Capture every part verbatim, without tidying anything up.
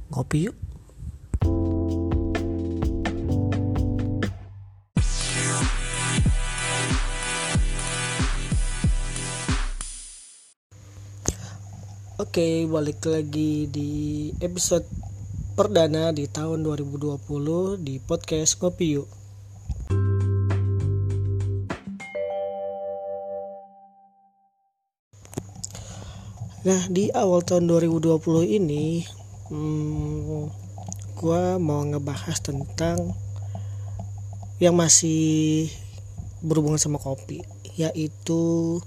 Ngopi yuk. Oke, balik lagi di episode perdana di tahun dua ribu dua puluh di podcast Ngopi Yuk. Nah, di awal tahun dua ribu dua puluh ini hmm, gue mau ngebahas tentang yang masih berhubungan sama kopi, yaitu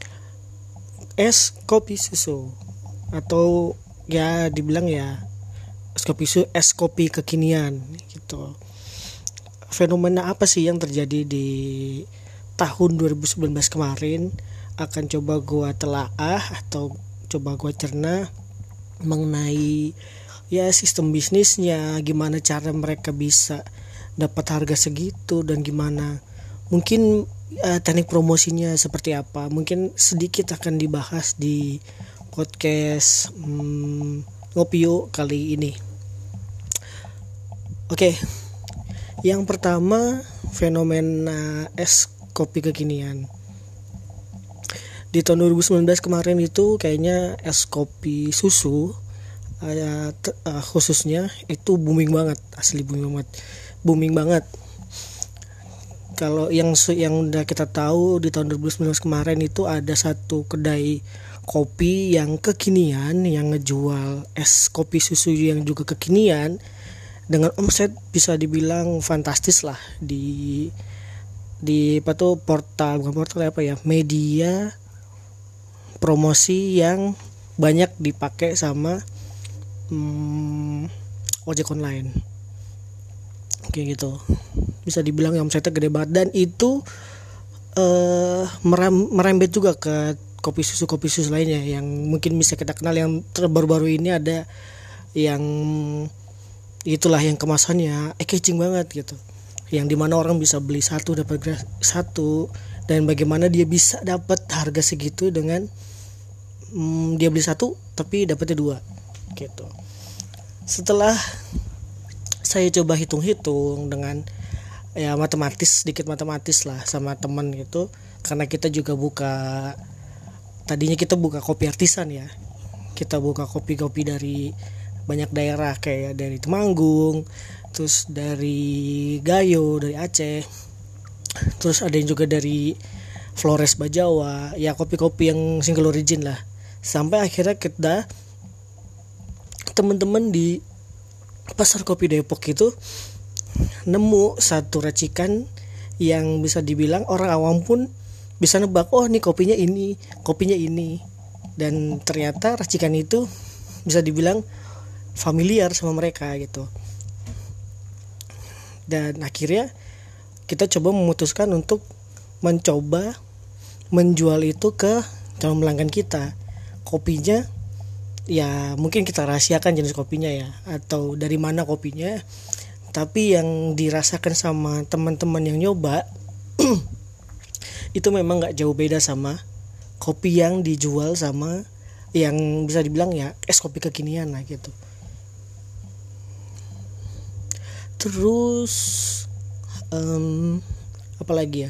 es kopi susu, atau ya dibilang ya es kopi susu, es kopi kekinian gitu. Fenomena apa sih yang terjadi di tahun dua ribu sembilan belas kemarin akan coba gue telaah atau coba gue cerna mengenai ya sistem bisnisnya, gimana cara mereka bisa dapat harga segitu, dan gimana mungkin uh, teknik promosinya seperti apa. Mungkin sedikit akan dibahas di podcast hmm, Ngopi Yuk kali ini. Oke, yang pertama fenomena es kopi kekinian. Di tahun dua ribu sembilan belas kemarin itu kayaknya es kopi susu uh, t- uh, khususnya itu booming banget, asli booming banget, booming banget. Kalau yang yang udah kita tahu di tahun dua ribu sembilan belas kemarin itu ada satu kedai kopi yang kekinian yang ngejual es kopi susu yang juga kekinian dengan omset bisa dibilang fantastis lah di di apa tuh portal bukan portal apa ya media promosi yang banyak dipakai sama hmm, ojek online kayak gitu. Bisa dibilang yang omsetnya gede banget, dan itu uh, merem, merembet juga ke kopi susu kopi susu lainnya yang mungkin bisa kita kenal. Yang terbaru-baru ini ada yang itulah yang kemasannya packaging banget gitu, yang dimana orang bisa beli satu dapat satu, dan bagaimana dia bisa dapat harga segitu dengan Hmm, dia beli satu tapi dapatnya dua gitu. Setelah saya coba hitung-hitung dengan ya matematis, sedikit matematis lah sama teman gitu, karena kita juga buka, tadinya kita buka kopi artisan ya, kita buka kopi-kopi dari banyak daerah kayak dari Temanggung, terus dari Gayo, dari Aceh, terus ada yang juga dari Flores Bajawa, ya kopi-kopi yang single origin lah. Sampai akhirnya kita teman-teman di pasar kopi Depok itu nemu satu racikan yang bisa dibilang orang awam pun bisa nebak, oh nih kopinya ini, kopinya ini. Dan ternyata racikan itu bisa dibilang familiar sama mereka gitu. Dan akhirnya kita coba memutuskan untuk mencoba menjual itu ke calon pelanggan kita. Kopinya ya mungkin kita rahasiakan jenis kopinya ya, atau dari mana kopinya, tapi yang dirasakan sama teman-teman yang nyoba itu memang gak jauh beda sama kopi yang dijual sama yang bisa dibilang ya es kopi kekinian lah gitu. Terus um, apa lagi ya,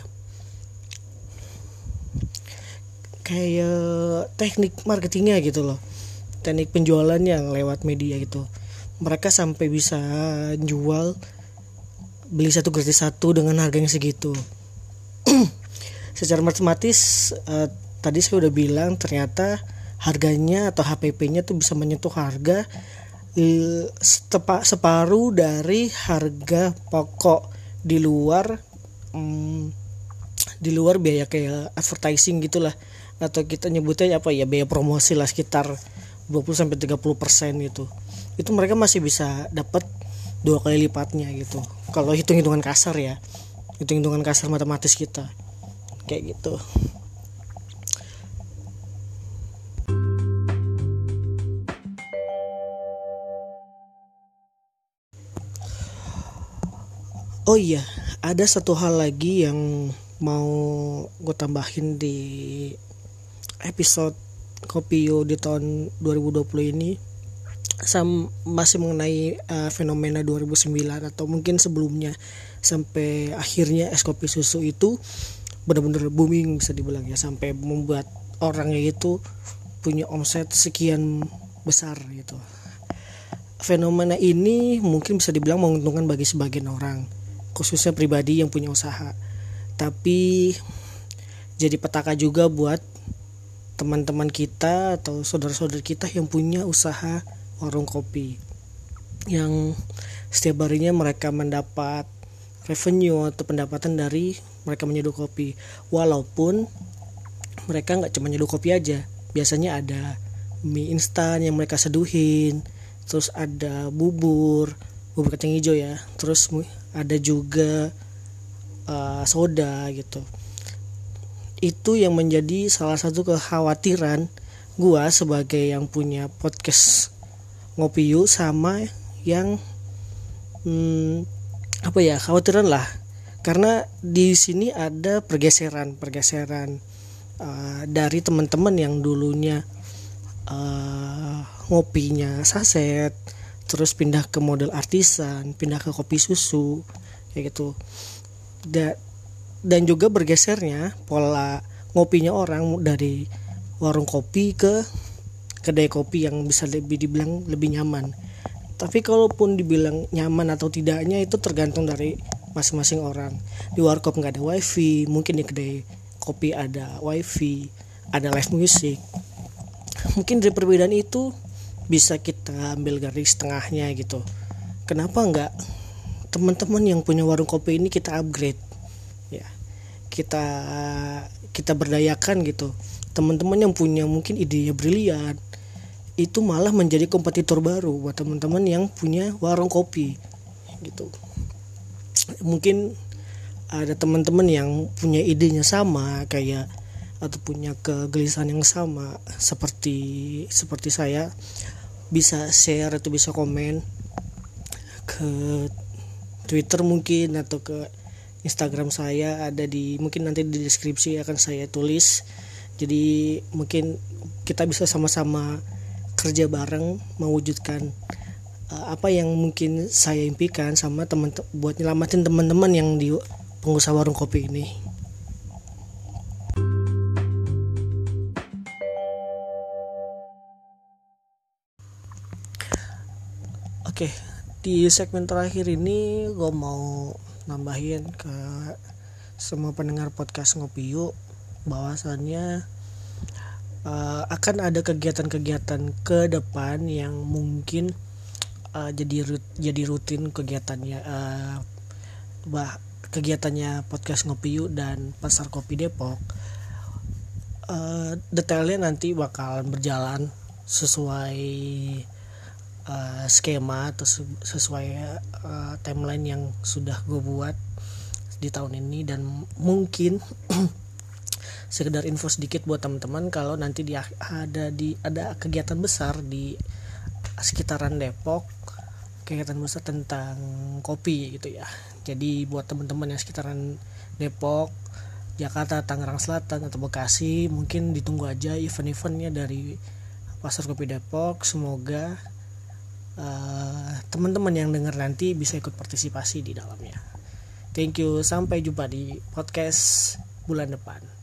kayak teknik marketingnya gitu loh, teknik penjualan yang lewat media gitu. Mereka sampai bisa jual beli satu gratis satu dengan harga yang segitu. Secara matematis uh, tadi saya udah bilang ternyata harganya atau H P P-nya tuh bisa menyentuh harga uh, setepa, separuh dari harga pokok di luar um, di luar biaya kayak advertising gitulah, atau kita nyebutnya apa ya, biaya promosi lah, sekitar dua puluh sampai tiga puluh persen gitu. Itu mereka masih bisa dapat dua kali lipatnya gitu. Kalau hitung-hitungan kasar ya. Hitung-hitungan kasar matematis kita. Kayak gitu. Oh iya, ada satu hal lagi yang mau gue tambahin di episode Kopi Yo di tahun dua ribu dua puluh ini. sam masih mengenai uh, fenomena dua ribu sembilan atau mungkin sebelumnya, sampai akhirnya es kopi susu itu benar-benar booming bisa dibilang ya, sampai membuat orangnya itu punya omset sekian besar gitu. Fenomena ini mungkin bisa dibilang menguntungkan bagi sebagian orang, khususnya pribadi yang punya usaha, tapi jadi petaka juga buat teman-teman kita atau saudara-saudara kita yang punya usaha warung kopi, yang setiap harinya mereka mendapat revenue atau pendapatan dari mereka menyeduh kopi. Walaupun mereka nggak cuma nyeduh kopi aja, biasanya ada mie instan yang mereka seduhin, terus ada bubur bubur kacang hijau ya, terus ada juga uh, soda gitu. Itu yang menjadi salah satu kekhawatiran gua sebagai yang punya podcast Ngopi Yuk, sama yang hmm, apa ya, khawatiran lah, karena di sini ada pergeseran pergeseran uh, dari teman-teman yang dulunya uh, ngopinya saset, terus pindah ke model artisan, pindah ke kopi susu kayak gitu. Da- dan juga bergesernya pola ngopinya orang dari warung kopi ke kedai kopi yang bisa lebih dibilang lebih nyaman. Tapi kalaupun dibilang nyaman atau tidaknya itu tergantung dari masing-masing orang. Di warkop nggak ada wifi, mungkin di kedai kopi ada wifi, ada live music. Mungkin dari perbedaan itu bisa kita ambil garis tengahnya gitu. Kenapa nggak teman-teman yang punya warung kopi ini kita upgrade, ya kita kita berdayakan gitu. Teman-teman yang punya mungkin idenya brilian itu malah menjadi kompetitor baru buat teman-teman yang punya warung kopi gitu. Mungkin ada teman-teman yang punya idenya sama kayak atau punya kegelisahan yang sama seperti seperti saya, bisa share atau bisa komen ke Twitter mungkin atau ke Instagram saya, ada di mungkin nanti di deskripsi akan saya tulis. Jadi mungkin kita bisa sama-sama kerja bareng mewujudkan uh, apa yang mungkin saya impikan sama teman buat nyelamatin teman-teman yang di pengusaha warung kopi ini. Oke, di segmen terakhir ini gue mau nambahin ke semua pendengar podcast Ngopi Yuk bahwasannya Uh, akan ada kegiatan-kegiatan ke depan yang mungkin uh, jadi rut, jadi rutin kegiatannya uh, bah kegiatannya podcast Ngopi Yuk dan Pasar Kopi Depok. Uh, detailnya nanti bakalan berjalan sesuai uh, skema atau sesuai uh, timeline yang sudah gue buat di tahun ini, dan mungkin sekedar info sedikit buat teman-teman kalau nanti di ada di ada kegiatan besar di sekitaran Depok, kegiatan besar tentang kopi gitu ya. Jadi buat teman-teman yang sekitaran Depok, Jakarta, Tangerang Selatan atau Bekasi, mungkin ditunggu aja event-eventnya dari Pasar Kopi Depok. Semoga uh, teman-teman yang dengar nanti bisa ikut partisipasi di dalamnya. Thank you, sampai jumpa di podcast bulan depan.